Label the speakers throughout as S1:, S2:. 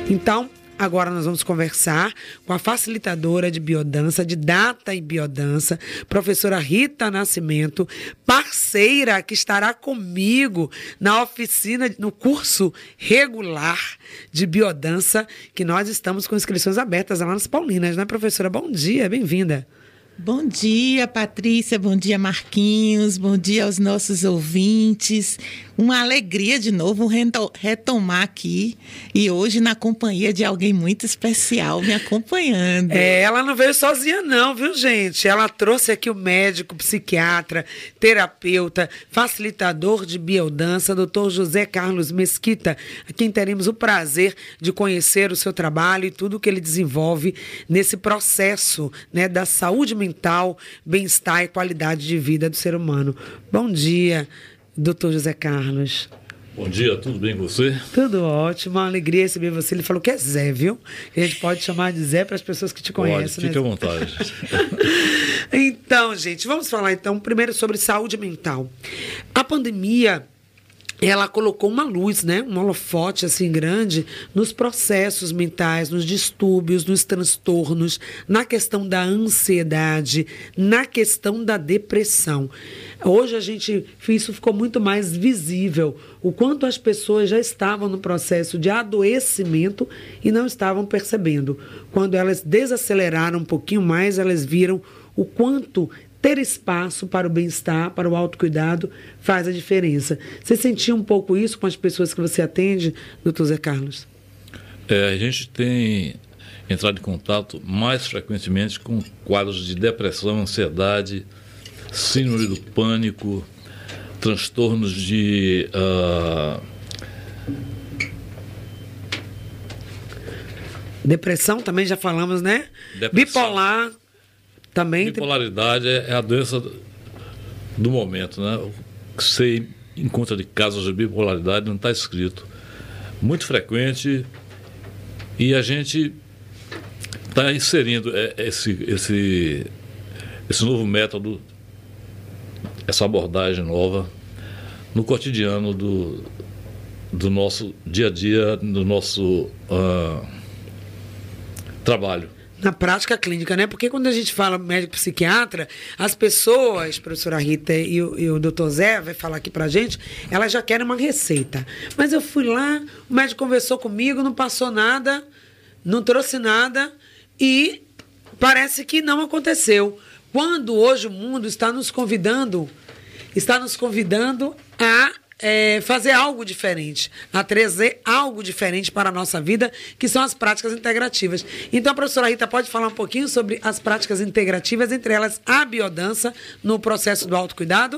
S1: Então, agora nós vamos conversar com a facilitadora de biodança, de data e biodança, professora Rita Nascimento, parceira que estará comigo na oficina, no curso regular de biodança, que nós estamos com inscrições abertas lá nas Paulinas, né, professora? Bom dia, bem-vinda.
S2: Bom dia, Patrícia, bom dia, Marquinhos, bom dia aos nossos ouvintes. Uma alegria de novo retomar aqui e hoje na companhia de alguém muito especial me acompanhando.
S1: Ela não veio sozinha não, viu, gente? Ela trouxe aqui o médico, psiquiatra, terapeuta, facilitador de biodança, Dr. José Carlos Mesquita, a quem teremos o prazer de conhecer o seu trabalho e tudo que ele desenvolve nesse processo, né, da saúde mental, bem-estar e qualidade de vida do ser humano. Bom dia, Dr. José Carlos.
S3: Bom dia, tudo bem com você?
S1: Tudo ótimo, uma alegria receber você. Ele falou que é Zé, viu? A gente pode chamar de Zé para as pessoas que te conhecem.
S3: Pode, fique à vontade.
S1: Então, gente, vamos falar então primeiro sobre saúde mental. A pandemia, ela colocou uma luz, né, um holofote assim grande nos processos mentais, nos distúrbios, nos transtornos, na questão da ansiedade, na questão da depressão. Hoje isso ficou muito mais visível, o quanto as pessoas já estavam no processo de adoecimento e não estavam percebendo. Quando elas desaceleraram um pouquinho mais, elas viram o quanto ter espaço para o bem-estar, para o autocuidado, faz a diferença. Você sentia um pouco isso com as pessoas que você atende, doutor Zé Carlos?
S3: A gente tem entrado em contato mais frequentemente com quadros de depressão, ansiedade, síndrome do pânico, transtornos de...
S1: Depressão também já falamos, né?
S3: Depressão.
S1: Bipolar... Também
S3: bipolaridade é a doença do momento, né? O que você encontra de casos de bipolaridade não está escrito. Muito frequente, e a gente está inserindo esse novo método, essa abordagem nova no cotidiano do nosso dia a dia, do nosso trabalho.
S1: Na prática clínica, né? Porque quando a gente fala médico psiquiatra, as pessoas, professora Rita e o doutor Zé vai falar aqui pra gente, elas já querem uma receita. Mas eu fui lá, o médico conversou comigo, não passou nada, não trouxe nada e parece que não aconteceu. Quando hoje o mundo está nos convidando a fazer algo diferente, a trazer algo diferente para a nossa vida, que são as práticas integrativas. Então, a professora Rita pode falar um pouquinho sobre as práticas integrativas, entre elas a biodança, no processo do autocuidado?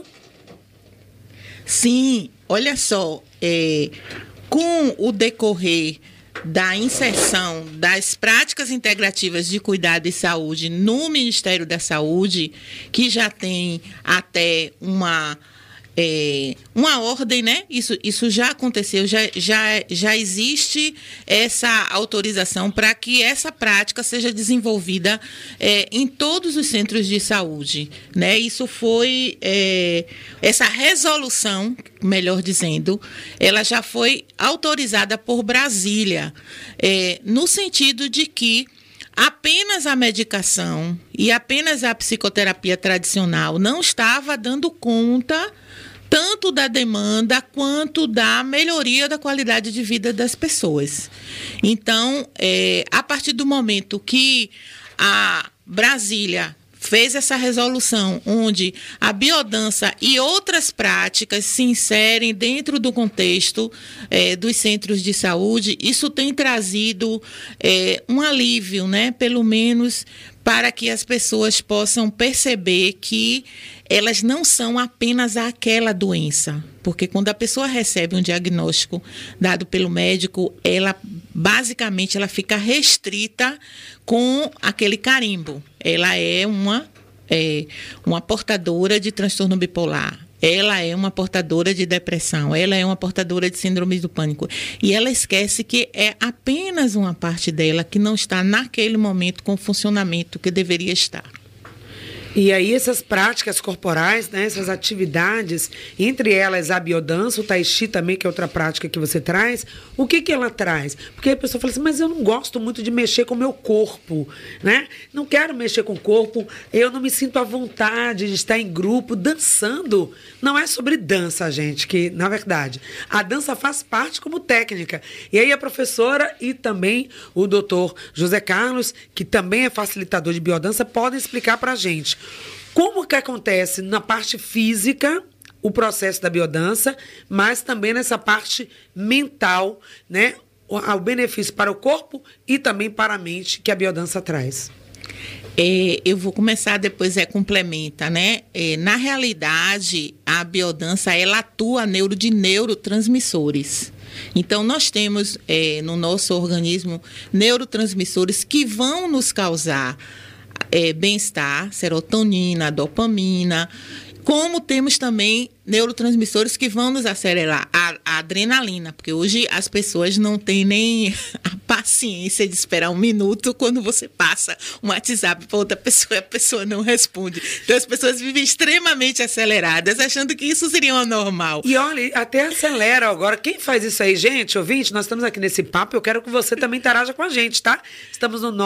S2: Sim, olha só, com o decorrer da inserção das práticas integrativas de cuidado e saúde no Ministério da Saúde, que já tem até uma ordem, né? Isso já aconteceu, já existe essa autorização para que essa prática seja desenvolvida em todos os centros de saúde, né? Isso foi, essa resolução, melhor dizendo, ela já foi autorizada por Brasília, no sentido de que apenas a medicação e apenas a psicoterapia tradicional não estava dando conta tanto da demanda quanto da melhoria da qualidade de vida das pessoas. Então, a partir do momento que a Brasília fez essa resolução onde a biodança e outras práticas se inserem dentro do contexto dos centros de saúde, isso tem trazido um alívio, né? Pelo menos para que as pessoas possam perceber que elas não são apenas aquela doença. Porque quando a pessoa recebe um diagnóstico dado pelo médico, ela basicamente ela fica restrita com aquele carimbo. Ela é uma portadora de transtorno bipolar. Ela é uma portadora de depressão, ela é uma portadora de síndrome do pânico. E ela esquece que é apenas uma parte dela que não está naquele momento com o funcionamento que deveria estar.
S1: E aí essas práticas corporais, né, essas atividades, entre elas a biodança, o tai chi também, que é outra prática que você traz, o que ela traz? Porque a pessoa fala assim, mas eu não gosto muito de mexer com o meu corpo, né? Não quero mexer com o corpo, eu não me sinto à vontade de estar em grupo dançando. Não é sobre dança, gente, que, na verdade, a dança faz parte como técnica. E aí a professora e também o doutor José Carlos, que também é facilitador de biodança, podem explicar pra gente como que acontece na parte física o processo da biodança, mas também nessa parte mental, né? O benefício para o corpo e também para a mente que a biodança traz.
S2: Eu vou começar, depois complementa, né? Na realidade, a biodança, ela atua de neurotransmissores. Então, nós temos no nosso organismo neurotransmissores que vão nos causar bem-estar, serotonina, dopamina, como temos também neurotransmissores que vão nos acelerar a adrenalina, porque hoje as pessoas não têm nem a paciência de esperar 1 minuto quando você passa um WhatsApp para outra pessoa e a pessoa não responde. Então as pessoas vivem extremamente aceleradas, achando que isso seria o normal.
S1: E olha, até acelera agora. Quem faz isso aí, gente, ouvinte, nós estamos aqui nesse papo, eu quero que você também interaja com a gente, tá? Estamos no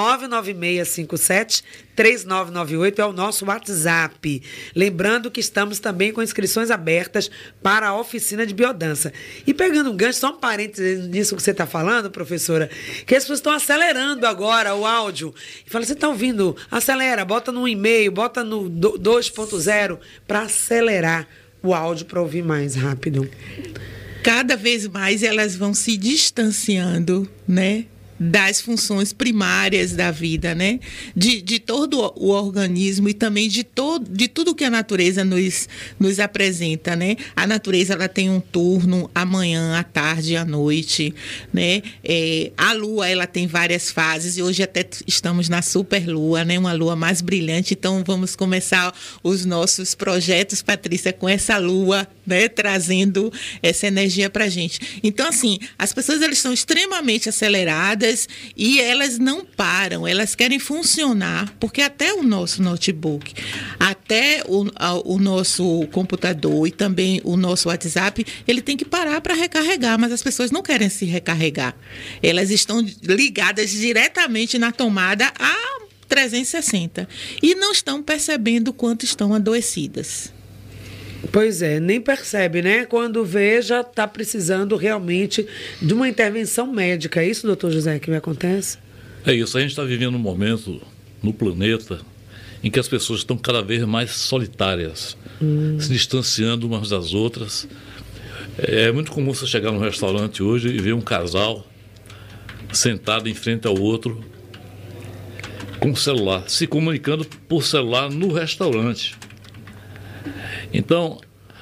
S1: 99657-3998, é o nosso WhatsApp. Lembrando que estamos também com inscrições abertas para a oficina de biodança. E pegando um gancho, só um parênteses nisso que você está falando, professora, que as pessoas estão acelerando agora o áudio. E fala, você está ouvindo? Acelera, bota no 1,5, bota no 2.0 para acelerar o áudio para ouvir mais rápido.
S2: Cada vez mais elas vão se distanciando, né? Das funções primárias da vida, né? De todo o organismo e também de tudo que a natureza nos apresenta, né? A natureza, ela tem um turno, a manhã, a tarde, a noite, né? A lua, ela tem várias fases e hoje até estamos na superlua, né? Uma lua mais brilhante, então vamos começar os nossos projetos, Patrícia, com essa lua, né? Trazendo essa energia pra gente. Então, assim, as pessoas, elas estão extremamente aceleradas e elas não param, elas querem funcionar, porque até o nosso notebook, até o nosso computador e também o nosso WhatsApp, ele tem que parar para recarregar, mas as pessoas não querem se recarregar. Elas estão ligadas diretamente na tomada a 360 e não estão percebendo o quanto estão adoecidas.
S1: Pois é, nem percebe, né? Quando vê, já está precisando realmente de uma intervenção médica. É isso, doutor José, que acontece?
S3: É isso, a gente está vivendo um momento no planeta em que as pessoas estão cada vez mais solitárias, se distanciando umas das outras. É muito comum você chegar num restaurante hoje e ver um casal sentado em frente ao outro com o celular, se comunicando por celular no restaurante. Então,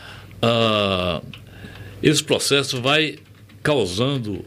S3: esse processo vai causando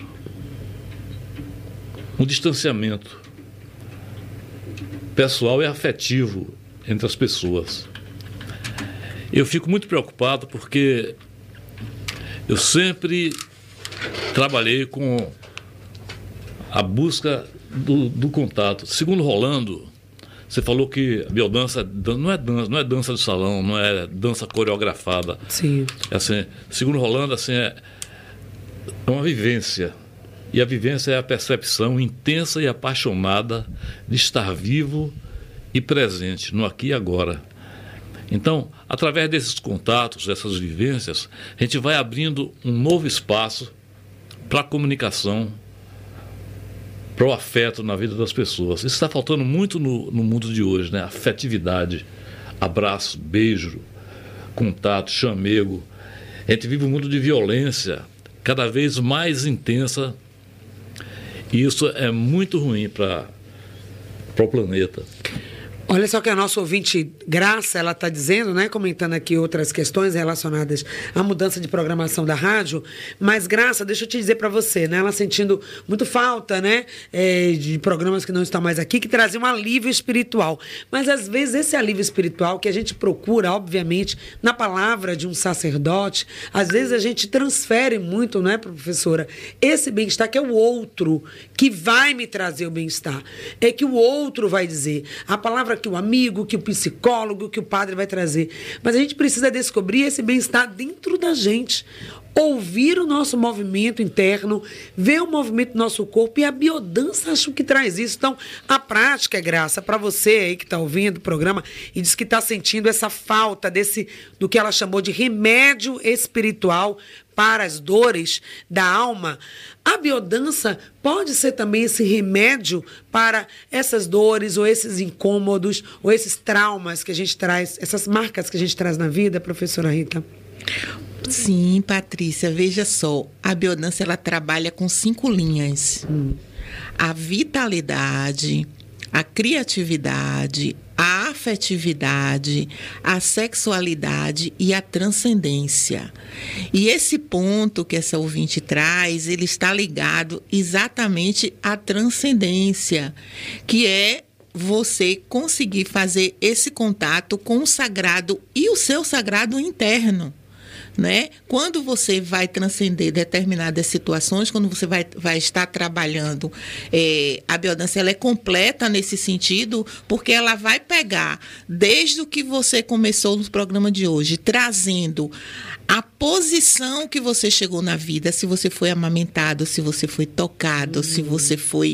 S3: um distanciamento pessoal e afetivo entre as pessoas. Eu fico muito preocupado porque eu sempre trabalhei com a busca do contato. Segundo Rolando, você falou que a biodança não é dança de salão, não é dança coreografada.
S1: Sim.
S3: Assim, segundo Rolando, assim, é uma vivência. E a vivência é a percepção intensa e apaixonada de estar vivo e presente no aqui e agora. Então, através desses contatos, dessas vivências, a gente vai abrindo um novo espaço para a comunicação, para o afeto na vida das pessoas. Isso está faltando muito no mundo de hoje, né? Afetividade, abraço, beijo, contato, chamego. A gente vive um mundo de violência cada vez mais intensa e isso é muito ruim para o planeta.
S1: Olha só que a nossa ouvinte Graça, ela está dizendo, né, comentando aqui outras questões relacionadas à mudança de programação da rádio, mas Graça, deixa eu te dizer para você, né, ela sentindo muito falta, né, de programas que não estão mais aqui, que traziam um alívio espiritual, mas às vezes esse alívio espiritual que a gente procura, obviamente, na palavra de um sacerdote, às vezes a gente transfere muito, né, professora, esse bem-estar que é o outro que vai me trazer o bem-estar, é que o outro vai dizer. A palavra que o amigo, que o psicólogo, que o padre vai trazer. Mas a gente precisa descobrir esse bem-estar dentro da gente. Ouvir o nosso movimento interno, ver o movimento do nosso corpo, e a biodança acho que traz isso. Então, a prática é graça para você aí que está ouvindo o programa e diz que está sentindo essa falta do que ela chamou de remédio espiritual para as dores da alma. A biodança pode ser também esse remédio para essas dores ou esses incômodos ou esses traumas que a gente traz, essas marcas que a gente traz na vida, professora Rita?
S2: Sim, Patrícia, veja só, a biodança ela trabalha com 5 linhas. A vitalidade, a criatividade, a afetividade, a sexualidade e a transcendência. E esse ponto que essa ouvinte traz, ele está ligado exatamente à transcendência, que é você conseguir fazer esse contato com o sagrado e o seu sagrado interno. Né? Quando você vai transcender determinadas situações, quando você vai estar trabalhando, a biodança ela é completa nesse sentido, porque ela vai pegar, desde o que você começou no programa de hoje, trazendo a posição que você chegou na vida, se você foi amamentado, se você foi tocado, se você foi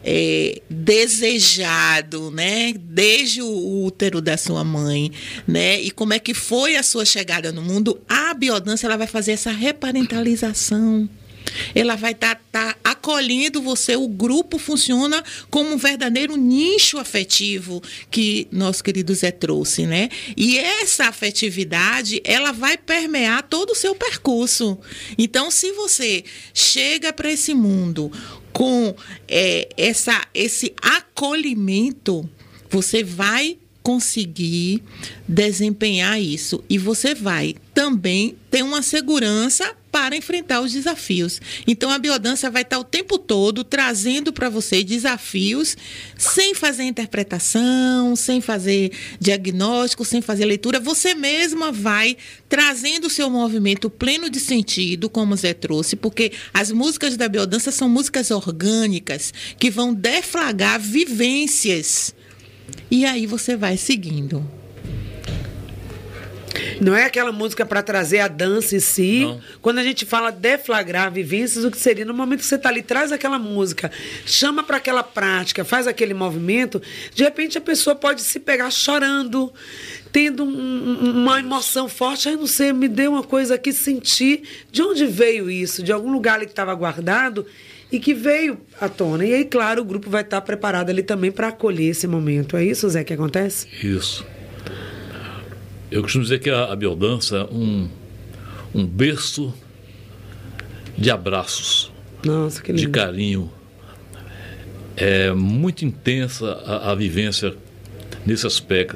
S2: desejado, né? Desde o útero da sua mãe, né? E como é que foi a sua chegada no mundo. A biodança ela vai fazer essa reparentalização. Ela vai estar acolhendo você. O grupo funciona como um verdadeiro nicho afetivo que nosso querido Zé trouxe, né? E essa afetividade, ela vai permear todo o seu percurso. Então, se você chega para esse mundo com esse acolhimento, você vai conseguir desempenhar isso. E você vai também ter uma segurança para enfrentar os desafios. Então, a biodança vai estar o tempo todo trazendo para você desafios sem fazer interpretação, sem fazer diagnóstico, sem fazer leitura. Você mesma vai trazendo o seu movimento pleno de sentido, como o Zé trouxe, porque as músicas da biodança são músicas orgânicas que vão deflagrar vivências. E aí você vai seguindo.
S1: Não é aquela música para trazer a dança em si. Não. Quando a gente fala deflagrar vivências, o que seria? No momento que você está ali, traz aquela música, chama para aquela prática, faz aquele movimento, de repente a pessoa pode se pegar chorando, tendo uma emoção forte. Ai, não sei, me deu uma coisa aqui, senti. De onde veio isso? De algum lugar ali que estava guardado e que veio à tona. E aí, claro, o grupo vai estar preparado ali também para acolher esse momento. É isso, Zé, que acontece?
S3: Isso. Eu costumo dizer que a biodança é um berço de abraços.
S1: Nossa, que lindo.
S3: De carinho. É muito intensa a vivência nesse aspecto.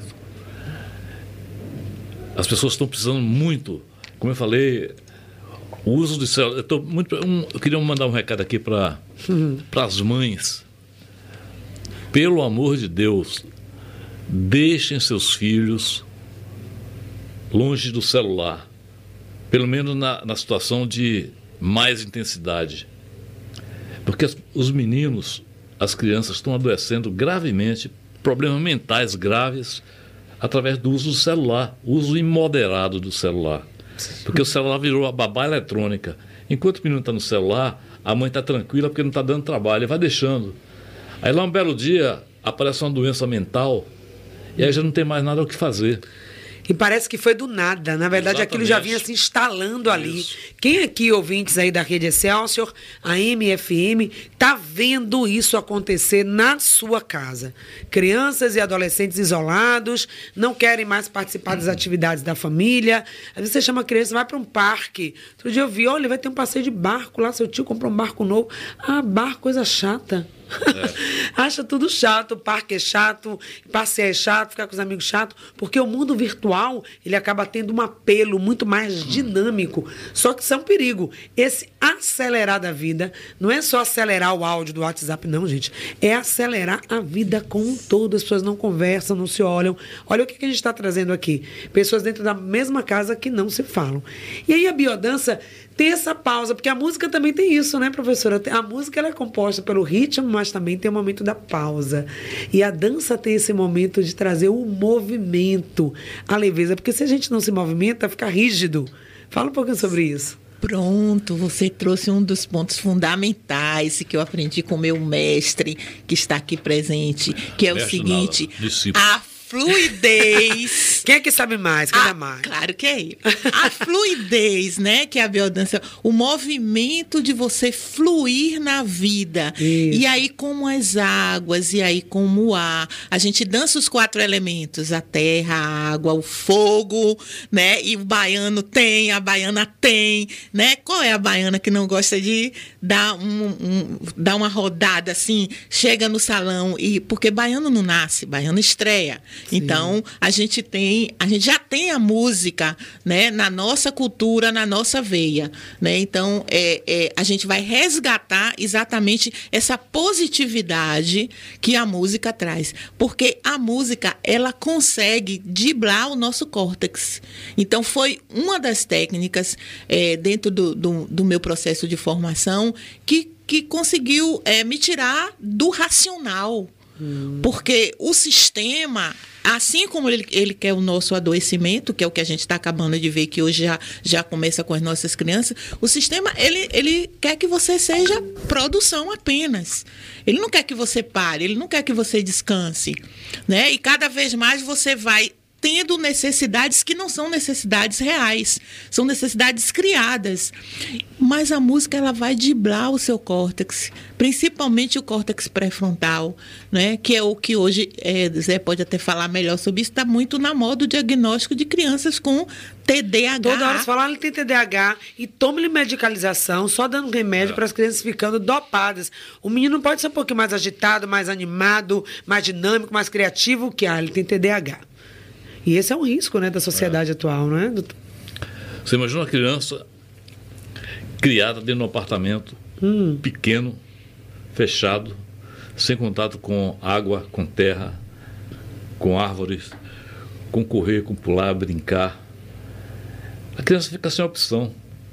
S3: As pessoas estão precisando muito, como eu falei, o uso de celular. Eu queria mandar um recado aqui para as mães. Pelo amor de Deus, deixem seus filhos longe do celular, pelo menos na situação de mais intensidade. Porque os meninos, as crianças estão adoecendo gravemente, problemas mentais graves, através do uso do celular, uso imoderado do celular. Porque o celular virou a babá eletrônica. Enquanto o menino está no celular, a mãe está tranquila porque não está dando trabalho, e vai deixando. Aí lá um belo dia aparece uma doença mental e aí já não tem mais nada o que fazer.
S1: E parece que foi do nada. Na verdade,
S3: Exatamente.
S1: Aquilo já vinha se instalando ali. Isso. Quem aqui, ouvintes aí da Rede Excelsior, a MFM, está vendo isso acontecer na sua casa? Crianças e adolescentes isolados, não querem mais participar das atividades da família. Às vezes você chama a criança, vai para um parque. Outro dia eu vi, olha, vai ter um passeio de barco lá, seu tio comprou um barco novo. Ah, barco, coisa chata. Acha tudo chato, o parque é chato, passear é chato, ficar com os amigos chato, porque o mundo virtual ele acaba tendo um apelo muito mais dinâmico. Só que isso é um perigo. Esse acelerar da vida não é só acelerar o áudio do WhatsApp, não, gente. É acelerar a vida como um todo. As pessoas não conversam, não se olham. Olha o que a gente está trazendo aqui. Pessoas dentro da mesma casa que não se falam. E aí a biodança tem essa pausa, porque a música também tem isso, né, professora? A música ela é composta pelo ritmo, mas também tem o momento da pausa. E a dança tem esse momento de trazer o movimento, a leveza, porque se a gente não se movimenta, fica rígido. Fala um pouquinho sobre isso.
S2: Pronto, você trouxe um dos pontos fundamentais que eu aprendi com meu mestre, que está aqui presente, que é o seguinte: a fluidez.
S1: Quem é que sabe mais? Quem dá mais?
S2: Claro que é eu. A fluidez, né? Que é a biodança, o movimento de você fluir na vida.
S1: Isso.
S2: E aí, como as águas, e aí, como o ar. A gente dança os 4 elementos: a terra, a água, o fogo, né? E o baiano tem, a baiana tem, né? Qual é a baiana que não gosta de dar uma rodada assim, chega no salão, porque baiano não nasce, baiano estreia. Sim. Então, a gente já tem a música, né, na nossa cultura, na nossa veia, né? Então, a gente vai resgatar exatamente essa positividade que a música traz. Porque a música, ela consegue driblar o nosso córtex. Então, foi uma das técnicas dentro do meu processo de formação que conseguiu me tirar do racional. Porque o sistema, assim como ele quer o nosso adoecimento, que é o que a gente está acabando de ver, que hoje já começa com as nossas crianças, o sistema, ele quer que você seja produção apenas. Ele não quer que você pare, ele não quer que você descanse, né? E cada vez mais você vai tendo necessidades que não são necessidades reais, são necessidades criadas. Mas a música, ela vai driblar o seu córtex, principalmente o córtex pré-frontal, né? Que é o que hoje, Zé pode até falar melhor sobre isso, está muito na moda o diagnóstico de crianças com TDAH.
S1: Toda hora você fala, ele tem TDAH e toma-lhe medicalização, só dando remédio para as crianças ficando dopadas. O menino pode ser um pouquinho mais agitado, mais animado, mais dinâmico, mais criativo, que ele tem TDAH. E esse é um risco, né, da sociedade atual, não é, doutor?
S3: Você imagina uma criança criada dentro de um apartamento pequeno, fechado, sem contato com água, com terra, com árvores, com correr, com pular, brincar. A criança fica sem opção.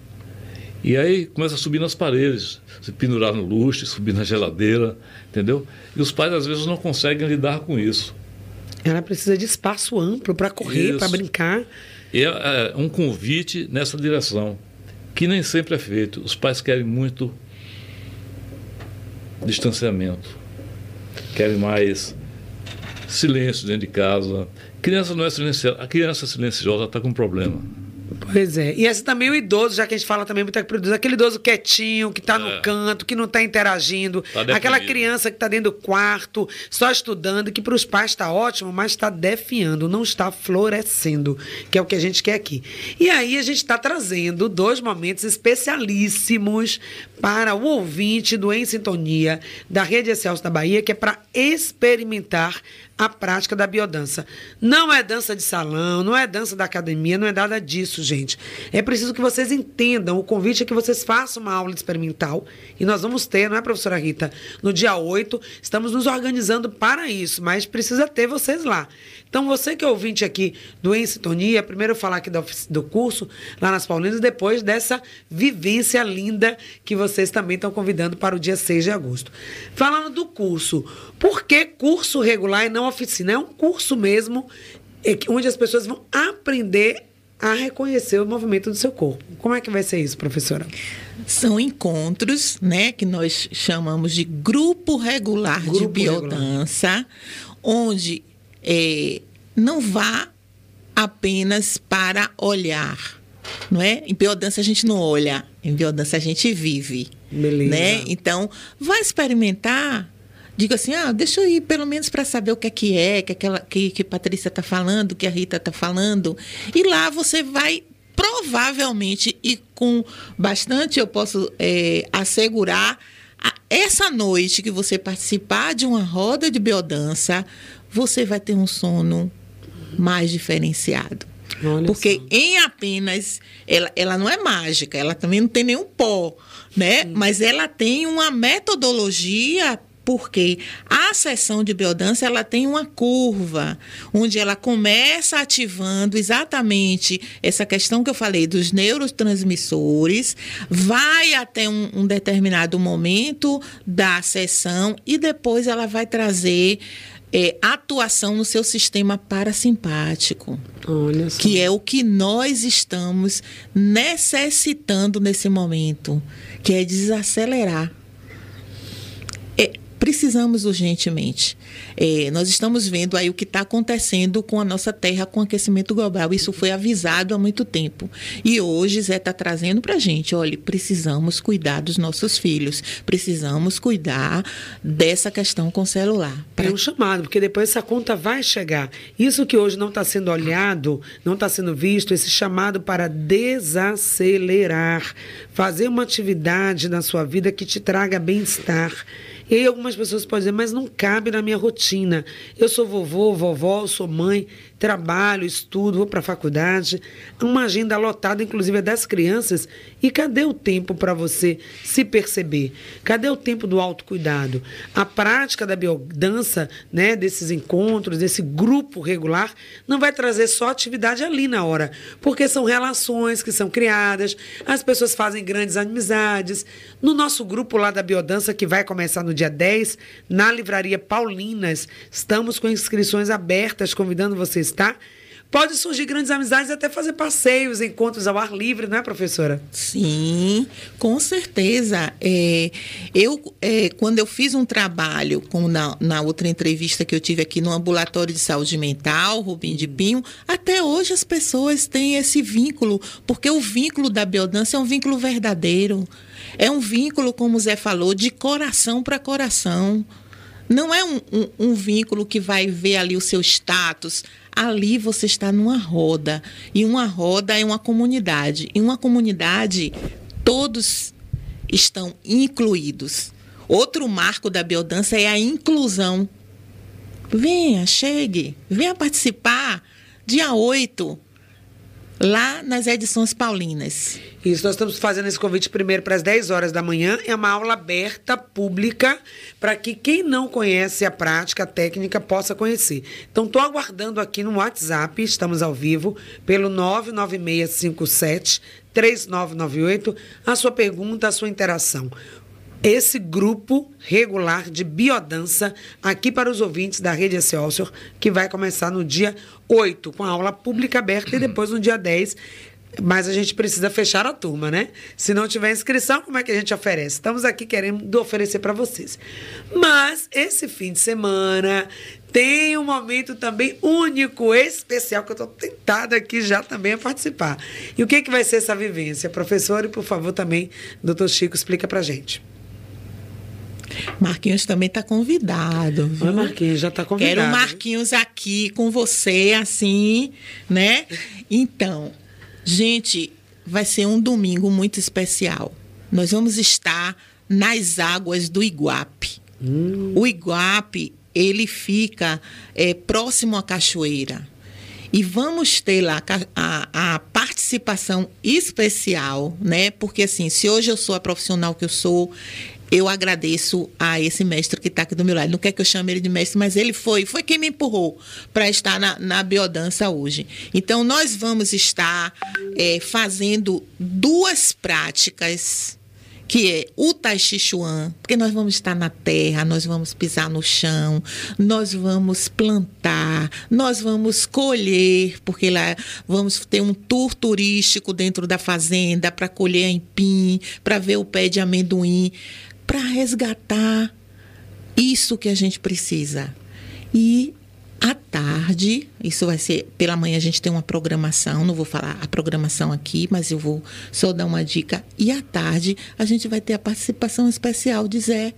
S3: E aí começa a subir nas paredes, se pendurar no lustre, subir na geladeira, entendeu? E os pais, às vezes, não conseguem lidar com isso.
S1: Ela precisa de espaço amplo para correr, para brincar.
S3: É um convite nessa direção, que nem sempre é feito. Os pais querem muito distanciamento, querem mais silêncio dentro de casa. Criança não é silenciosa. A criança silenciosa está com um problema.
S1: Pois é. E esse também o idoso, já que a gente fala também muito aqui pro idoso, aquele idoso quietinho, que está no canto, que não está interagindo, aquela criança que está dentro do quarto, só estudando, que para os pais está ótimo, mas está definhando, não está florescendo, que é o que a gente quer aqui. E aí a gente está trazendo 2 momentos especialíssimos para o ouvinte do Em Sintonia, da Rede Excelsior da Bahia, que é para experimentar a prática da biodança. Não é dança de salão, não é dança da academia, não é nada disso, gente. É preciso que vocês entendam. O convite é que vocês façam uma aula experimental e nós vamos ter, não é, professora Rita? No dia 8, estamos nos organizando para isso, mas precisa ter vocês lá. Então, você que é ouvinte aqui do Em Sintonia, primeiro eu falar aqui do curso lá nas Paulinas, depois dessa vivência linda que vocês também estão convidando para o dia 6 de agosto. Falando do curso, por que curso regular e não oficina? É um curso mesmo onde as pessoas vão aprender a reconhecer o movimento do seu corpo. Como é que vai ser isso, professora?
S2: São encontros, né, que nós chamamos de grupo regular de biodança, onde não vá apenas para olhar, não é? Em biodança a gente não olha, em biodança a gente vive.
S1: Beleza.
S2: Né? Então, vai experimentar, diga assim, deixa eu ir pelo menos para saber o que é, que Patrícia está falando, que a Rita está falando, e lá você vai provavelmente, e com bastante, eu posso assegurar, essa noite que você participar de uma roda de biodança, você vai ter um sono mais diferenciado.
S1: Olha
S2: porque
S1: só.
S2: em apenas, ela não é mágica, ela também não tem nenhum pó, né? Mas ela tem uma metodologia Porque a sessão de biodança, ela tem uma curva, onde ela começa ativando exatamente essa questão que eu falei dos neurotransmissores, vai até um determinado momento da sessão e depois ela vai trazer atuação no seu sistema parasimpático.
S1: Olha só.
S2: Que é o que nós estamos necessitando nesse momento, que é desacelerar. Precisamos urgentemente. Nós estamos vendo aí o que está acontecendo com a nossa Terra, com o aquecimento global. Isso foi avisado há muito tempo. E hoje Zé está trazendo para a gente, olha, precisamos cuidar dos nossos filhos, precisamos cuidar dessa questão com o celular.
S1: É um chamado, porque depois essa conta vai chegar. Isso que hoje não está sendo olhado, não está sendo visto, esse chamado para desacelerar, fazer uma atividade na sua vida que te traga bem-estar. E aí algumas pessoas podem dizer, mas não cabe na minha rotina. Eu sou vovô, vovó, eu sou mãe, trabalho, estudo, vou para a faculdade. Uma agenda lotada, inclusive, das crianças. E cadê o tempo para você se perceber? Cadê o tempo do autocuidado? A prática da biodança, né, desses encontros, desse grupo regular, não vai trazer só atividade ali na hora. Porque são relações que são criadas, as pessoas fazem grandes amizades. No nosso grupo lá da biodança, que vai começar no dia 10, na Livraria Paulinas, estamos com inscrições abertas, convidando vocês, tá? Pode surgir grandes amizades e até fazer passeios, encontros ao ar livre, não é, professora?
S2: Sim, com certeza. Quando eu fiz um trabalho, como na outra entrevista que eu tive aqui no Ambulatório de Saúde Mental, Rubim de Pinho, até hoje as pessoas têm esse vínculo, porque o vínculo da biodança é um vínculo verdadeiro. É um vínculo, como o Zé falou, de coração para coração. Não é um vínculo que vai ver ali o seu status. Ali você está numa roda. E uma roda é uma comunidade. Em uma comunidade, todos estão incluídos. Outro marco da biodança é a inclusão. Venha, chegue, venha participar. Dia 8, lá nas Edições Paulinas.
S1: Isso, nós estamos fazendo esse convite primeiro para as 10 horas da manhã. É uma aula aberta, pública, para que quem não conhece a prática, a técnica, possa conhecer. Então, estou aguardando aqui no WhatsApp, estamos ao vivo, pelo 99657-3998, a sua pergunta, a sua interação. Esse grupo regular de biodança aqui para os ouvintes da Rede Excelsior, que vai começar no dia 8, com a aula pública aberta, e depois no dia 10. Mas a gente precisa fechar a turma, né? Se não tiver inscrição, como é que a gente oferece? Estamos aqui querendo oferecer para vocês. Mas esse fim de semana tem um momento também único, especial, que eu estou tentada aqui já também a participar. E o que vai ser essa vivência? Professor, e por favor também, doutor Chico, explica para a gente.
S2: Marquinhos também está convidado, viu?
S1: Oi, Marquinhos, já está convidado.
S2: Quero o Marquinhos aqui com você, assim, né? Então, gente, vai ser um domingo muito especial. Nós vamos estar nas águas do Iguape. O Iguape, ele fica próximo à cachoeira. E vamos ter lá a participação especial, né? Porque, assim, se hoje eu sou a profissional que eu sou, eu agradeço a esse mestre que está aqui do meu lado. Não quer que eu chame ele de mestre, mas ele foi quem me empurrou para estar na biodança hoje. Então, nós vamos estar fazendo 2 práticas, que é o Tai Chi Chuan, porque nós vamos estar na terra, nós vamos pisar no chão, nós vamos plantar, nós vamos colher, porque lá vamos ter um tour turístico dentro da fazenda para colher aipim, para ver o pé de amendoim, para resgatar isso que a gente precisa. E à tarde, isso vai ser, pela manhã a gente tem uma programação, não vou falar a programação aqui, mas eu vou só dar uma dica. E à tarde a gente vai ter a participação especial de Zé,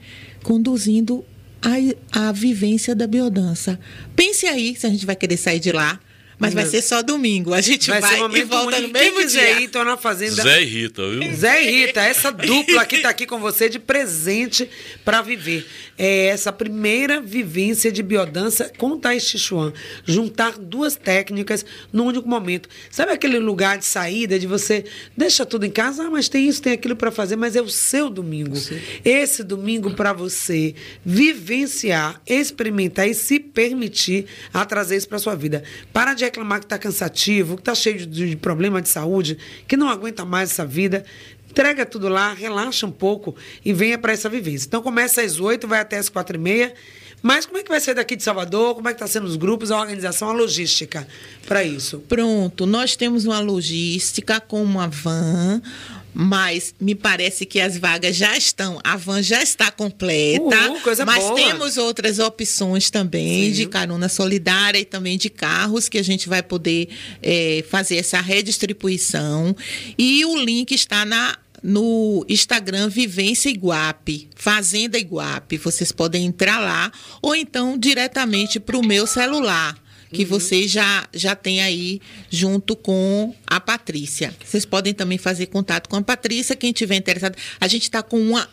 S2: conduzindo a vivência da biodança. Pense aí se a gente vai querer sair de lá Mas vai ser só domingo. A gente vai
S1: ser um momento
S2: e volta
S1: único.
S2: no mesmo
S1: Quem quiser
S2: dia.
S1: ir, tô na fazenda.
S3: Zé e Rita, viu?
S1: Zé e Rita, essa dupla que está aqui com você de presente para viver. É essa primeira vivência de biodança com Tai Chi Chuan. Juntar duas técnicas num único momento. Sabe aquele lugar de saída de você deixa tudo em casa, mas tem isso, tem aquilo para fazer, mas é o seu domingo. Sim. Esse domingo para você vivenciar, experimentar e se permitir a trazer isso para sua vida. Para de reclamar que está cansativo, que está cheio de problema de saúde, que não aguenta mais essa vida. Entrega tudo lá, relaxa um pouco e venha para essa vivência. Então, começa às 8, vai até às 4h30. Mas como é que vai ser daqui de Salvador? Como é que está sendo os grupos, a organização, a logística para isso?
S2: Pronto, nós temos uma logística com uma van, mas me parece que as vagas já estão, a van já está completa,
S1: coisa
S2: mas
S1: boa.
S2: Temos outras opções também. Sim. De carona solidária e também de carros que a gente vai poder fazer essa redistribuição. E o link está no Instagram Vivência Iguape, Fazenda Iguape. Vocês podem entrar lá ou então diretamente para o meu celular, que vocês já tem aí junto com a Patrícia. Vocês podem também fazer contato com a Patrícia, quem tiver interessado. A gente está com uma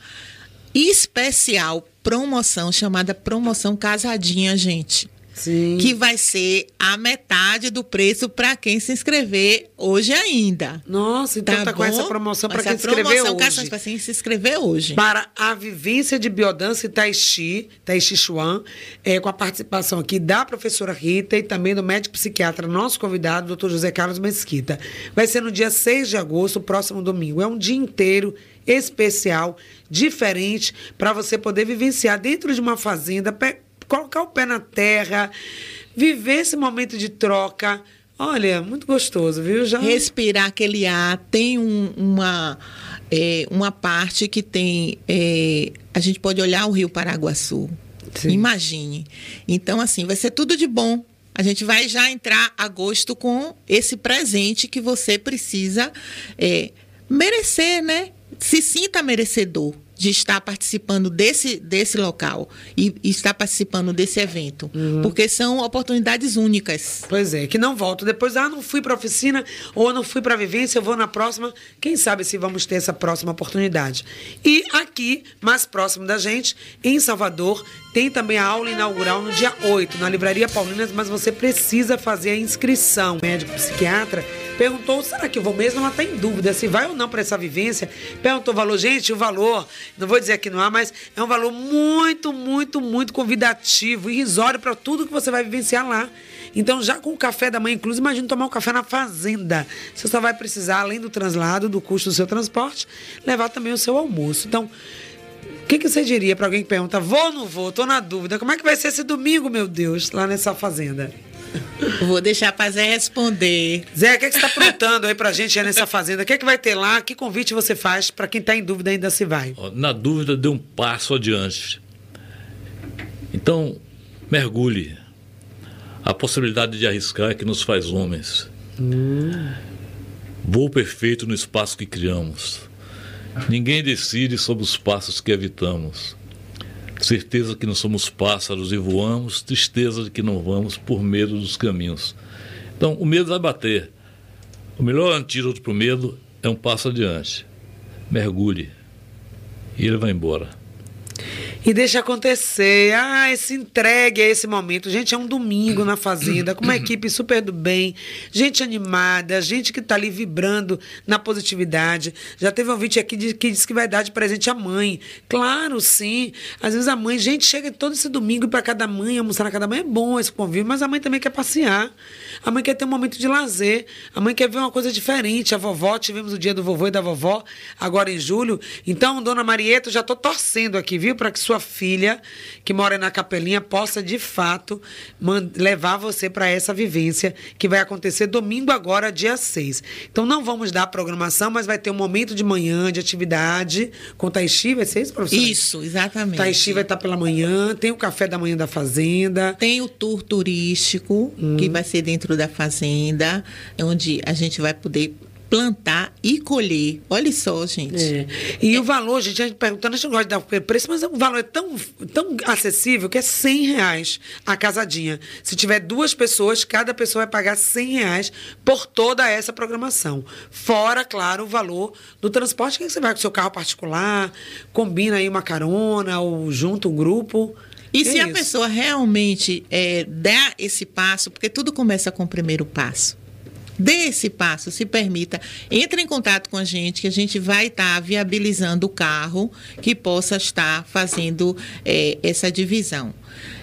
S2: especial promoção chamada Promoção Casadinha, gente.
S1: Sim.
S2: Que vai ser a metade do preço para quem se inscrever hoje ainda.
S1: Nossa, então tá com essa promoção para quem se inscrever hoje.
S2: Para quem se inscrever hoje.
S1: Para a vivência de biodança e Tai Chi Chuan, com a participação aqui da professora Rita e também do médico psiquiatra, nosso convidado, Dr. José Carlos Mesquita. Vai ser no dia 6 de agosto, próximo domingo. É um dia inteiro especial, diferente, para você poder vivenciar dentro de uma fazenda, colocar o pé na terra, viver esse momento de troca. Olha, muito gostoso, viu?
S2: Respirar aquele ar. Tem uma parte que tem... a gente pode olhar o Rio Paraguaçu. Sim. Imagine. Então, assim, vai ser tudo de bom. A gente vai já entrar agosto com esse presente que você precisa merecer, né? Se sinta merecedor de estar participando desse local e estar participando desse evento. Porque são oportunidades únicas.
S1: Pois é, que não volto. Depois, não fui para a oficina ou não fui para a vivência, eu vou na próxima. Quem sabe se vamos ter essa próxima oportunidade. E aqui, mais próximo da gente, em Salvador, tem também a aula inaugural no dia 8, na Livraria Paulinas, mas você precisa fazer a inscrição. O médico psiquiatra perguntou, será que eu vou mesmo? Ela está em dúvida se vai ou não para essa vivência. Perguntou o valor. Gente, o valor, não vou dizer que não há, mas é um valor muito, muito, muito convidativo, irrisório para tudo que você vai vivenciar lá. Então, já com o café da manhã incluso, imagina tomar um café na fazenda. Você só vai precisar, além do translado, do custo do seu transporte, levar também o seu almoço. Então, o que você diria para alguém que pergunta, vou ou não vou? Estou na dúvida. Como é que vai ser esse domingo, meu Deus, lá nessa fazenda?
S2: Vou deixar para Zé responder.
S1: Zé, o que você está aprontando aí para a gente nessa fazenda? O que vai ter lá? Que convite você faz para quem está em dúvida ainda se vai?
S3: Na dúvida, dê um passo adiante. Então, mergulhe. A possibilidade de arriscar é que nos faz homens. Voo perfeito no espaço que criamos. Ninguém decide sobre os passos que evitamos. Certeza que não somos pássaros e voamos, tristeza de que não vamos por medo dos caminhos. Então, o medo vai bater. O melhor antídoto para o medo é um passo adiante. Mergulhe. E ele vai embora.
S1: E deixa acontecer. Se entregue a esse momento. Gente, é um domingo na fazenda, com uma equipe super do bem, gente animada, gente que está ali vibrando na positividade. Já teve um ouvinte aqui que disse que vai dar de presente à mãe. Claro, sim. Às vezes a mãe, gente, chega todo esse domingo para cada mãe, almoçar na cada mãe é bom esse convívio, mas a mãe também quer passear. A mãe quer ter um momento de lazer. A mãe quer ver uma coisa diferente. A vovó, tivemos o dia do vovô e da vovó, agora em julho. Então, dona Marieta, eu já estou torcendo aqui, viu, para que sua filha, que mora na Capelinha, possa, de fato, levar você para essa vivência que vai acontecer domingo agora, dia 6. Então, não vamos dar a programação, mas vai ter um momento de manhã, de atividade com Tai Chi, vai ser isso, professora?
S2: Isso, exatamente.
S1: Tai Chi vai estar pela manhã, tem o café da manhã da fazenda.
S2: Tem o tour turístico, que vai ser dentro da fazenda, onde a gente vai poder plantar e colher. Olha só, gente.
S1: E o valor, gente, a gente perguntando, a gente não gosta de dar preço, mas o valor é tão acessível que é R$100 a casadinha. Se tiver 2 pessoas, cada pessoa vai pagar R$100 por toda essa programação. Fora, claro, o valor do transporte, que você vai com o seu carro particular, combina aí uma carona ou junta um grupo.
S2: E se a pessoa realmente der esse passo, porque tudo começa com o primeiro passo. Dê esse passo, se permita, entre em contato com a gente, que a gente vai estar viabilizando o carro que possa estar fazendo essa divisão.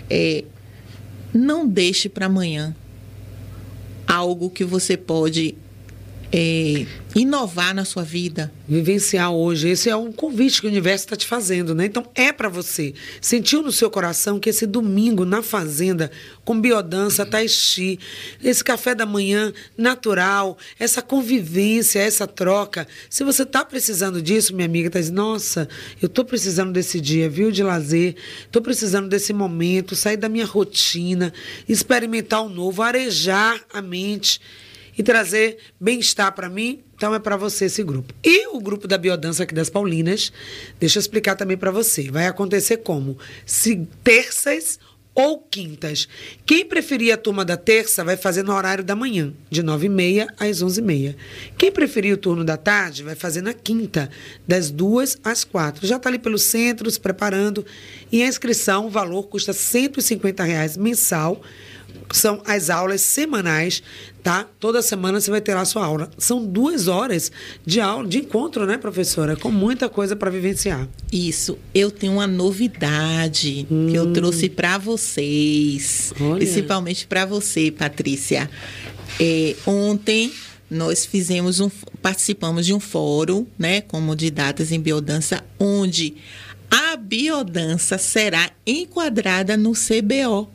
S2: Não deixe para amanhã algo que você pode inovar na sua vida.
S1: Vivenciar hoje. Esse é um convite que o universo está te fazendo, né? Então, é para você. Sentiu no seu coração que esse domingo na fazenda, com biodança, tai chi, esse café da manhã natural, essa convivência, essa troca. Se você está precisando disso, minha amiga, está dizendo, nossa, eu estou precisando desse dia, viu, de lazer, estou precisando desse momento, sair da minha rotina, experimentar o novo, arejar a mente e trazer bem-estar para mim, então é para você esse grupo. E o grupo da biodança aqui das Paulinas, deixa eu explicar também para você. Vai acontecer como? Terças ou quintas. Quem preferir a turma da terça vai fazer no horário da manhã, de 9h30 às 11h30. Quem preferir o turno da tarde vai fazer na quinta, das 2 às 4. Já está ali pelo centro, se preparando. E a inscrição, o valor custa R$150 mensal. São as aulas semanais, tá? Toda semana você vai ter lá a sua aula. São 2 horas de aula, de encontro, né, professora? Com muita coisa para vivenciar.
S2: Isso. Eu tenho uma novidade que eu trouxe para vocês. Olha. Principalmente para você, Patrícia. Ontem nós participamos de um fórum, né, como de datas em biodança, onde a biodança será enquadrada no CBO.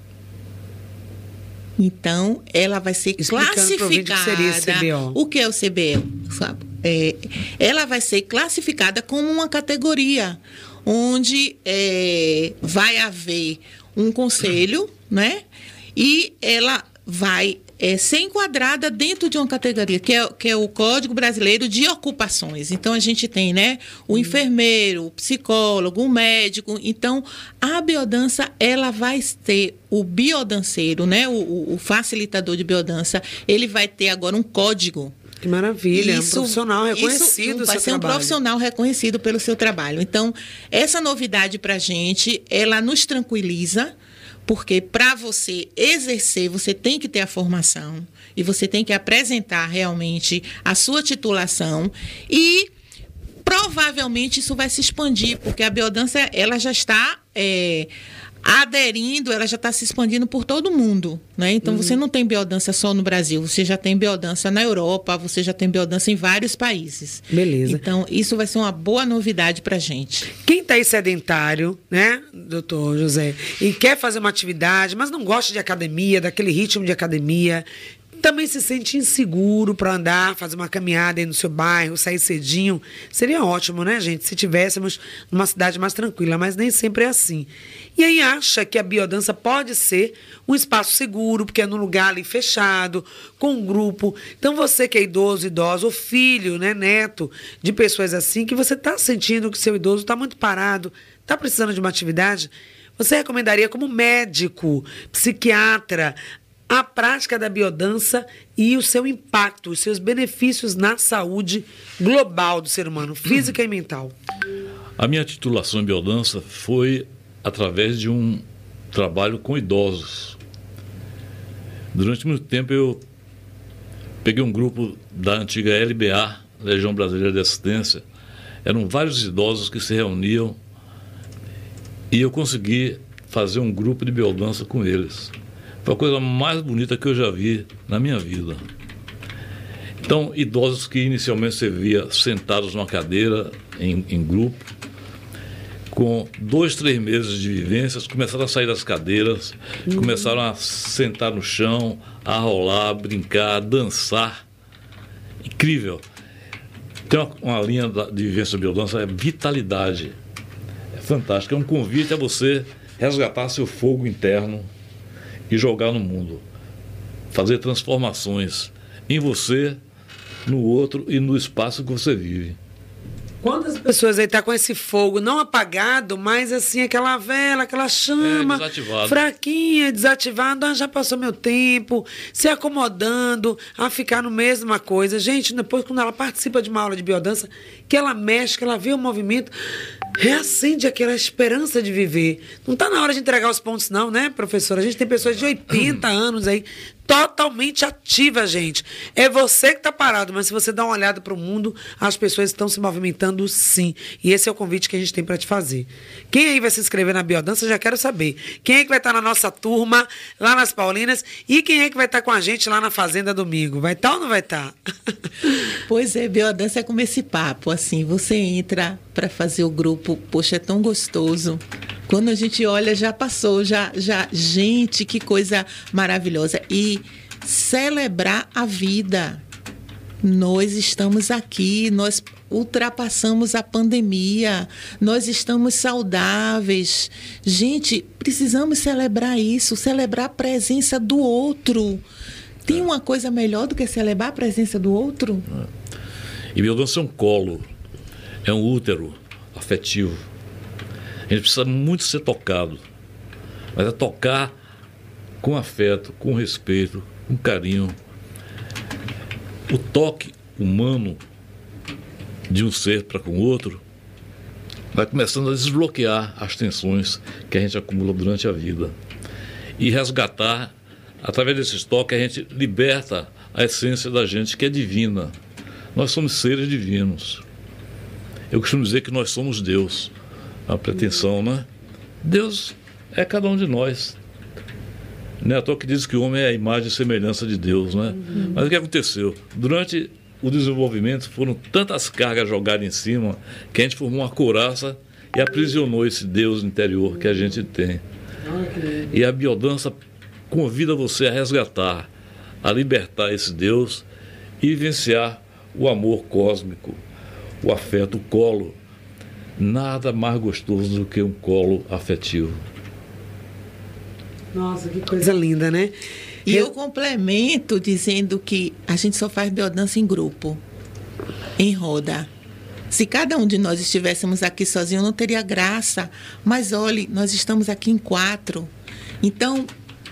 S2: Então, ela vai ser classificada. O que é o CBO? Sabe? Ela vai ser classificada como uma categoria, onde vai haver um conselho, né? E ela vai ser enquadrada dentro de uma categoria, que é o Código Brasileiro de Ocupações. Então, a gente tem, né, o enfermeiro, o psicólogo, o médico. Então, a biodança, ela vai ter o biodanceiro, né, o facilitador de biodança, ele vai ter agora um código.
S1: Que maravilha, um profissional reconhecido.
S2: Vai ser um profissional reconhecido pelo seu trabalho. Então, essa novidade para a gente, ela nos tranquiliza, porque para você exercer, você tem que ter a formação e você tem que apresentar realmente a sua titulação e provavelmente isso vai se expandir, porque a biodança ela já está aderindo, ela já está se expandindo por todo mundo, né? Então, você não tem biodança só no Brasil, você já tem biodança na Europa, você já tem biodança em vários países.
S1: Beleza.
S2: Então, isso vai ser uma boa novidade para a gente.
S1: Quem está aí sedentário, né, doutor José, e quer fazer uma atividade, mas não gosta de academia, daquele ritmo de academia, também se sente inseguro para andar, fazer uma caminhada aí no seu bairro, sair cedinho. Seria ótimo, né, gente, se tivéssemos numa cidade mais tranquila, mas nem sempre é assim. E aí acha que a biodança pode ser um espaço seguro, porque é num lugar ali fechado, com um grupo. Então, você que é idoso, ou filho, né, neto de pessoas assim, que você está sentindo que seu idoso está muito parado, está precisando de uma atividade, você recomendaria como médico, psiquiatra, a prática da biodança e o seu impacto, os seus benefícios na saúde global do ser humano, física e mental?
S3: A minha titulação em biodança foi através de um trabalho com idosos. Durante muito tempo eu peguei um grupo da antiga LBA, Legião Brasileira de Assistência. Eram vários idosos que se reuniam e eu consegui fazer um grupo de biodança com eles. Foi a coisa mais bonita que eu já vi na minha vida. Então, idosos que inicialmente você via sentados numa cadeira, em grupo, com 2, 3 meses de vivências, começaram a sair das cadeiras, começaram a sentar no chão, a rolar, brincar, dançar. Incrível. Tem uma linha de vivência de biodança, é vitalidade. É fantástico. É um convite a você resgatar seu fogo interno e jogar no mundo. Fazer transformações em você no outro e no espaço que você vive.
S1: Quantas pessoas aí tá com esse fogo não apagado, mas assim, aquela vela, aquela chama fraquinha, desativada, já passou meu tempo, se acomodando a ficar no mesma coisa. Gente, depois quando ela participa de uma aula de biodança, que ela mexe, que ela vê o movimento, reacende aquela esperança de viver. Não está na hora de entregar os pontos não, né, professora? A gente tem pessoas de 80 anos aí, totalmente ativa, gente. É você que está parado, mas se você dá uma olhada para o mundo, as pessoas estão se movimentando sim. E esse é o convite que a gente tem para te fazer. Quem aí vai se inscrever na biodança, já quero saber. Quem é que vai estar na nossa turma, lá nas Paulinas, e quem é que vai estar com a gente lá na Fazenda domingo? Vai estar ou não vai estar?
S2: Pois é, biodança é como esse papo, assim, você entra para fazer o grupo, poxa, é tão gostoso. Quando a gente olha, já passou, gente, que coisa maravilhosa. E celebrar a vida. Nós estamos aqui, nós ultrapassamos a pandemia, nós estamos saudáveis. Gente, precisamos celebrar isso, celebrar a presença do outro. Tem uma coisa melhor do que celebrar a presença do outro?
S3: E biodança é um colo, é um útero afetivo. A gente precisa muito ser tocado, mas é tocar com afeto, com respeito, com carinho. O toque humano de um ser para com o outro vai começando a desbloquear as tensões que a gente acumula durante a vida e resgatar, através desse toque, a gente liberta a essência da gente, que é divina. Nós somos seres divinos. Eu costumo dizer que nós somos Deus. A pretensão, né? Deus é cada um de nós. Não é à toa que diz que o homem é a imagem e semelhança de Deus, né? Mas o que aconteceu? Durante o desenvolvimento foram tantas cargas jogadas em cima que a gente formou uma couraça e aprisionou esse Deus interior que a gente tem. E a biodança convida você a resgatar, a libertar esse Deus e vivenciar o amor cósmico, o afeto, o colo. Nada mais gostoso do que um colo afetivo.
S1: Nossa, que coisa linda, né?
S2: E eu complemento dizendo que a gente só faz biodança em grupo, em roda. Se cada um de nós estivéssemos aqui sozinho, não teria graça. Mas olhe, nós estamos aqui em 4. Então,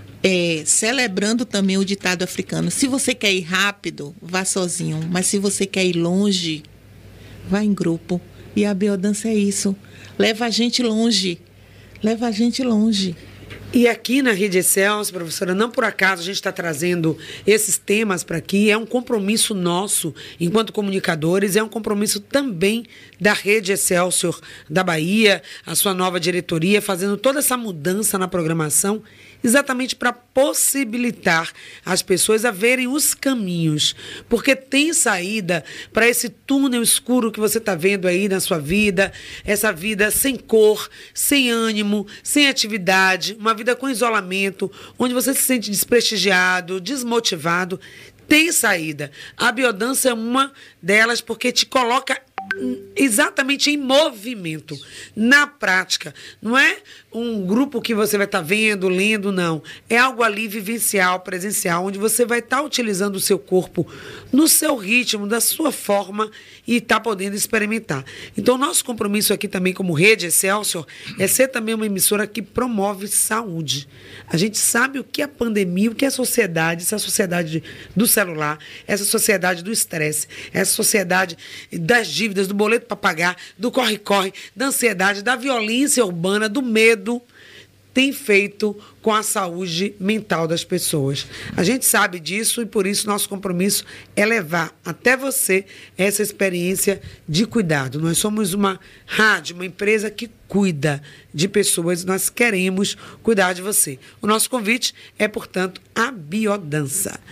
S2: celebrando também o ditado africano, se você quer ir rápido, vá sozinho. Mas se você quer ir longe, vá em grupo. E a biodança é isso. Leva a gente longe. Leva a gente longe.
S1: E aqui na Rede Excelsior, professora, não por acaso a gente está trazendo esses temas para aqui, é um compromisso nosso, enquanto comunicadores, é um compromisso também da Rede Excelsior da Bahia, a sua nova diretoria, fazendo toda essa mudança na programação, exatamente para possibilitar as pessoas a verem os caminhos, porque tem saída para esse túnel escuro que você está vendo aí na sua vida, essa vida sem cor, sem ânimo, sem atividade, uma vida com isolamento, onde você se sente desprestigiado, desmotivado. Tem saída. A biodança é uma delas porque te coloca exatamente em movimento, na prática. Não é um grupo que você vai estar vendo, lendo, não. É algo ali vivencial, presencial, onde você vai estar utilizando o seu corpo no seu ritmo, da sua forma e está podendo experimentar. Então, nosso compromisso aqui também como Rede Excelsior é ser também uma emissora que promove saúde. A gente sabe o que é a pandemia, o que é a sociedade, essa sociedade do celular, essa sociedade do estresse, essa sociedade das dívidas, do boleto para pagar, do corre-corre, da ansiedade, da violência urbana, do medo, tem feito com a saúde mental das pessoas. A gente sabe disso e por isso nosso compromisso é levar até você essa experiência de cuidado. Nós somos uma rádio, uma empresa que cuida de pessoas, nós queremos cuidar de você. O nosso convite é, portanto, a biodança.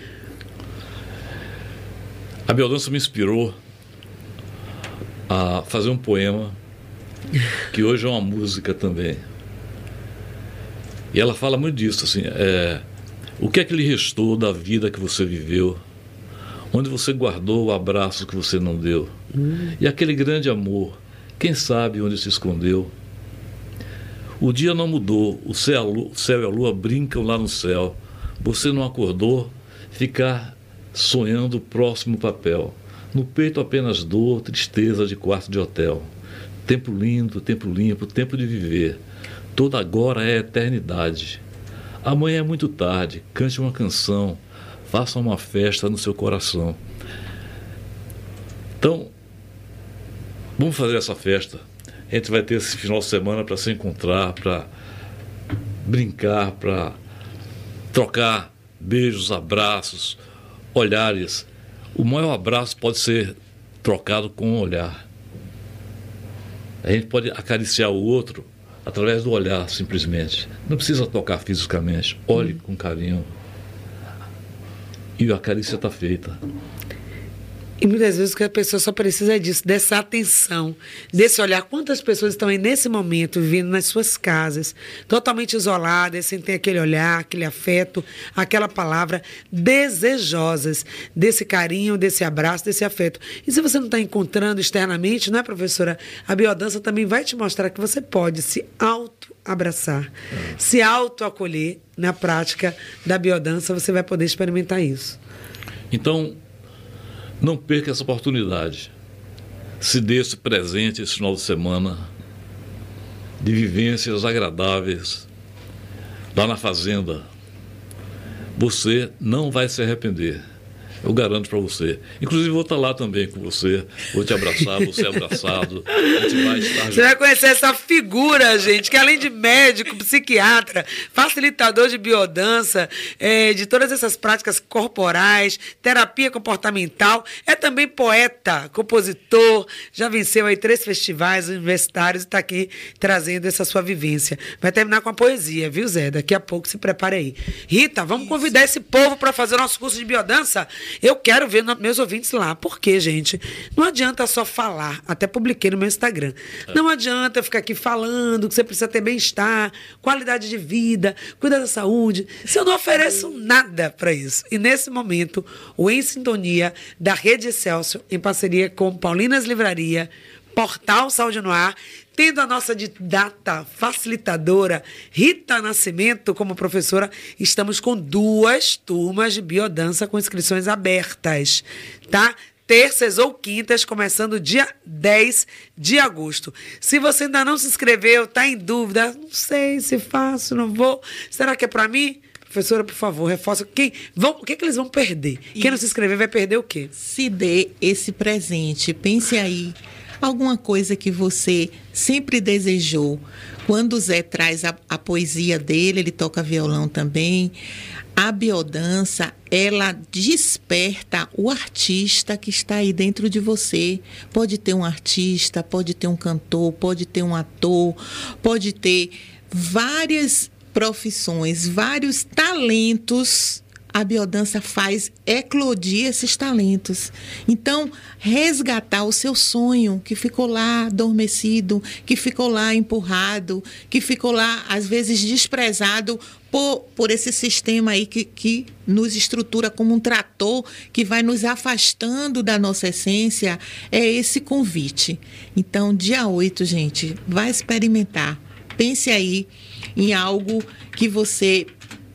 S3: A biodança me inspirou a fazer um poema que hoje é uma música também. E ela fala muito disso, assim, o que é que lhe restou da vida que você viveu, onde você guardou o abraço que você não deu, e aquele grande amor, quem sabe onde se escondeu. O dia não mudou, o céu e a lua brincam lá no céu, você não acordou, ficar sonhando o próximo papel. No peito apenas dor, tristeza de quarto de hotel. Tempo lindo, tempo limpo, tempo de viver. Toda agora é eternidade. Amanhã é muito tarde, cante uma canção, faça uma festa no seu coração. Então, vamos fazer essa festa. A gente vai ter esse final de semana para se encontrar, para brincar, para trocar beijos, abraços, olhares. O maior abraço pode ser trocado com um olhar. A gente pode acariciar o outro através do olhar, simplesmente. Não precisa tocar fisicamente. Olhe com carinho. E a carícia está feita.
S1: E muitas vezes o que a pessoa só precisa é disso, dessa atenção, desse olhar. Quantas pessoas estão aí nesse momento, vivendo nas suas casas, totalmente isoladas, sem ter aquele olhar, aquele afeto, aquela palavra, desejosas desse carinho, desse abraço, desse afeto. E se você não está encontrando externamente, não é, professora? A biodança também vai te mostrar que você pode se auto-abraçar, se auto-acolher. Na prática da biodança, você vai poder experimentar isso.
S3: Então, não perca essa oportunidade. Se dê esse presente esse final de semana de vivências agradáveis lá na fazenda. Você não vai se arrepender. Eu garanto para você. Inclusive, vou estar lá também com você. Vou te abraçar, você abraçado. A gente vai estar junto.
S1: Você vai conhecer essa figura, gente, que além de médico, psiquiatra, facilitador de biodança, de todas essas práticas corporais, terapia comportamental, é também poeta, compositor, já venceu aí 3 festivais universitários e está aqui trazendo essa sua vivência. Vai terminar com a poesia, viu, Zé? Daqui a pouco se prepare aí. Rita, vamos convidar esse povo para fazer o nosso curso de biodança? Eu quero ver meus ouvintes lá. Por quê, gente? Não adianta só falar. Até publiquei no meu Instagram. Não adianta eu ficar aqui falando que você precisa ter bem-estar, qualidade de vida, cuidar da saúde, se eu não ofereço nada para isso. E nesse momento, o Em Sintonia, da Rede Excelsior, em parceria com Paulinas Livraria, Portal Saúde no Ar, tendo a nossa didata facilitadora, Rita Nascimento, como professora, estamos com 2 turmas de biodança com inscrições abertas, tá? Terças ou quintas, começando dia 10 de agosto. Se você ainda não se inscreveu, está em dúvida, não sei se faço, não vou, será que é para mim? Professora, por favor, reforça. O que eles vão perder? Quem não se inscrever vai perder o quê?
S2: Se dê esse presente, pense aí. Alguma coisa que você sempre desejou. Quando o Zé traz a poesia dele, ele toca violão também. A biodança, ela desperta o artista que está aí dentro de você. Pode ter um artista, pode ter um cantor, pode ter um ator, pode ter várias profissões, vários talentos. A biodança faz eclodir esses talentos. Então, resgatar o seu sonho, que ficou lá adormecido, que ficou lá empurrado, que ficou lá, às vezes, desprezado por esse sistema aí que nos estrutura como um trator, que vai nos afastando da nossa essência, é esse convite. Então, dia 8, gente, vai experimentar. Pense aí em algo que você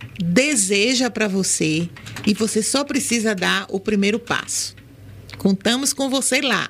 S2: deseja para você e você só precisa dar o primeiro passo. Contamos com você lá.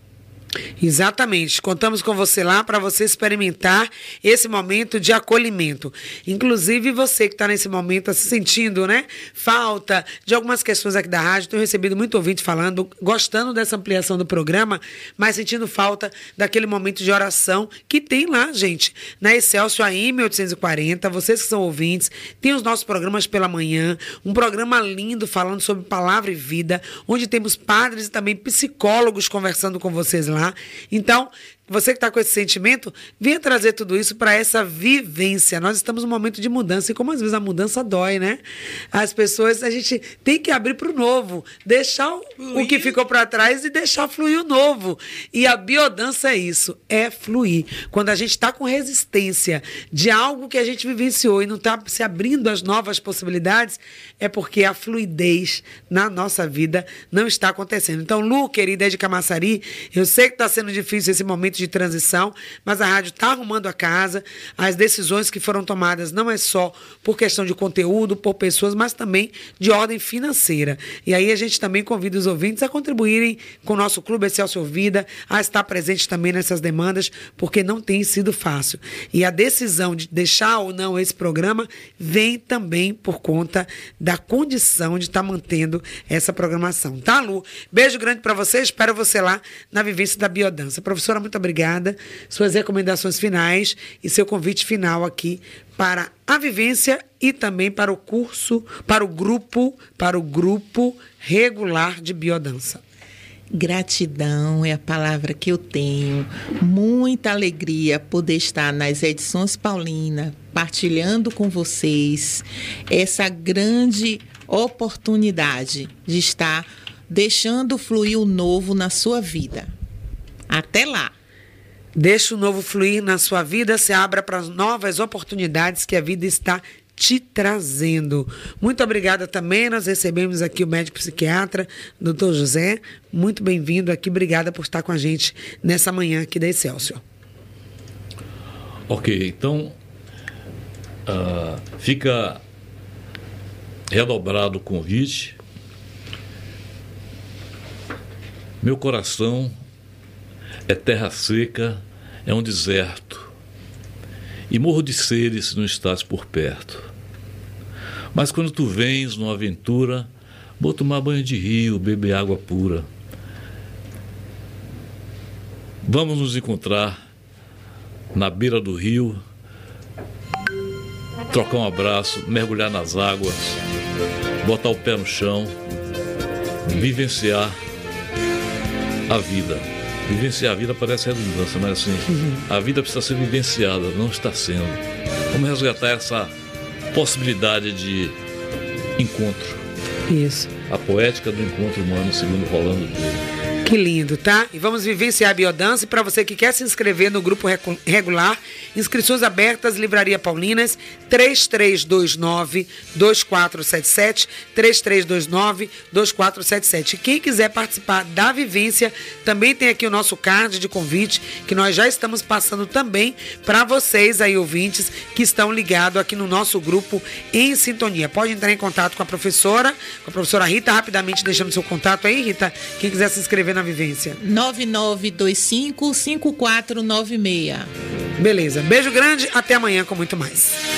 S1: Exatamente, contamos com você lá para você experimentar esse momento de acolhimento. Inclusive você que está nesse momento se sentindo, né, falta de algumas questões aqui da rádio. Tenho recebido muito ouvinte falando, gostando dessa ampliação do programa, mas sentindo falta daquele momento de oração que tem lá, gente, na Excelsior AM 1840. Vocês que são ouvintes, tem os nossos programas pela manhã, um programa lindo falando sobre palavra e vida, onde temos padres e também psicólogos conversando com vocês lá. Então, você que está com esse sentimento, venha trazer tudo isso para essa vivência. Nós estamos num momento de mudança e como às vezes a mudança dói, né? As pessoas, a gente tem que abrir para o novo, deixar o que ficou para trás e deixar fluir o novo. E a biodança é isso, é fluir. Quando a gente está com resistência de algo que a gente vivenciou e não está se abrindo às novas possibilidades, é porque a fluidez na nossa vida não está acontecendo. Então, Lu, querida, é de Camaçari, eu sei que está sendo difícil esse momento momento de transição, mas a rádio está arrumando a casa. As decisões que foram tomadas não é só por questão de conteúdo, por pessoas, mas também de ordem financeira. E aí a gente também convida os ouvintes a contribuírem com o nosso Clube Excelsior Vida, a estar presente também nessas demandas, porque não tem sido fácil. E a decisão de deixar ou não esse programa vem também por conta da condição de estar mantendo essa programação. Tá, Lu? Beijo grande para você, espero você lá na Vivência da Biodança. Professora, muito obrigada. Suas recomendações finais e seu convite final aqui para a vivência e também para o curso, para o grupo regular de biodança.
S2: Gratidão é a palavra que eu tenho. Muita alegria poder estar nas edições Paulina, partilhando com vocês essa grande oportunidade de estar deixando fluir o novo na sua vida. Até lá!
S1: Deixa o novo fluir na sua vida, se abra para as novas oportunidades que a vida está te trazendo. Muito obrigada também. Nós recebemos aqui o médico psiquiatra, Dr. José. Muito bem-vindo aqui. Obrigada por estar com a gente nessa manhã aqui da Excelsior.
S3: Ok, então fica redobrado o convite. Meu coração é terra seca, é um deserto. E morro de sede se não estás por perto. Mas quando tu vens numa aventura, vou tomar banho de rio, beber água pura. Vamos nos encontrar na beira do rio, trocar um abraço, mergulhar nas águas, botar o pé no chão, vivenciar a vida. Vivenciar a vida parece redundância, mas assim, a vida precisa ser vivenciada, não está sendo. Vamos resgatar essa possibilidade de encontro.
S1: Isso.
S3: A poética do encontro humano, segundo Rolando Dias.
S1: Que lindo, tá? E vamos vivenciar a biodança. E para você que quer se inscrever no grupo regular, inscrições abertas, Livraria Paulinas, 3329-2477, 3329-2477. E quem quiser participar da vivência, também tem aqui o nosso card de convite, que nós já estamos passando também para vocês aí, ouvintes, que estão ligados aqui no nosso grupo em sintonia. Pode entrar em contato com a professora Rita, rapidamente deixando seu contato aí, Rita, quem quiser se inscrever na vivência.
S2: 9925-5496.
S1: Beleza. Beijo grande, até amanhã com muito mais.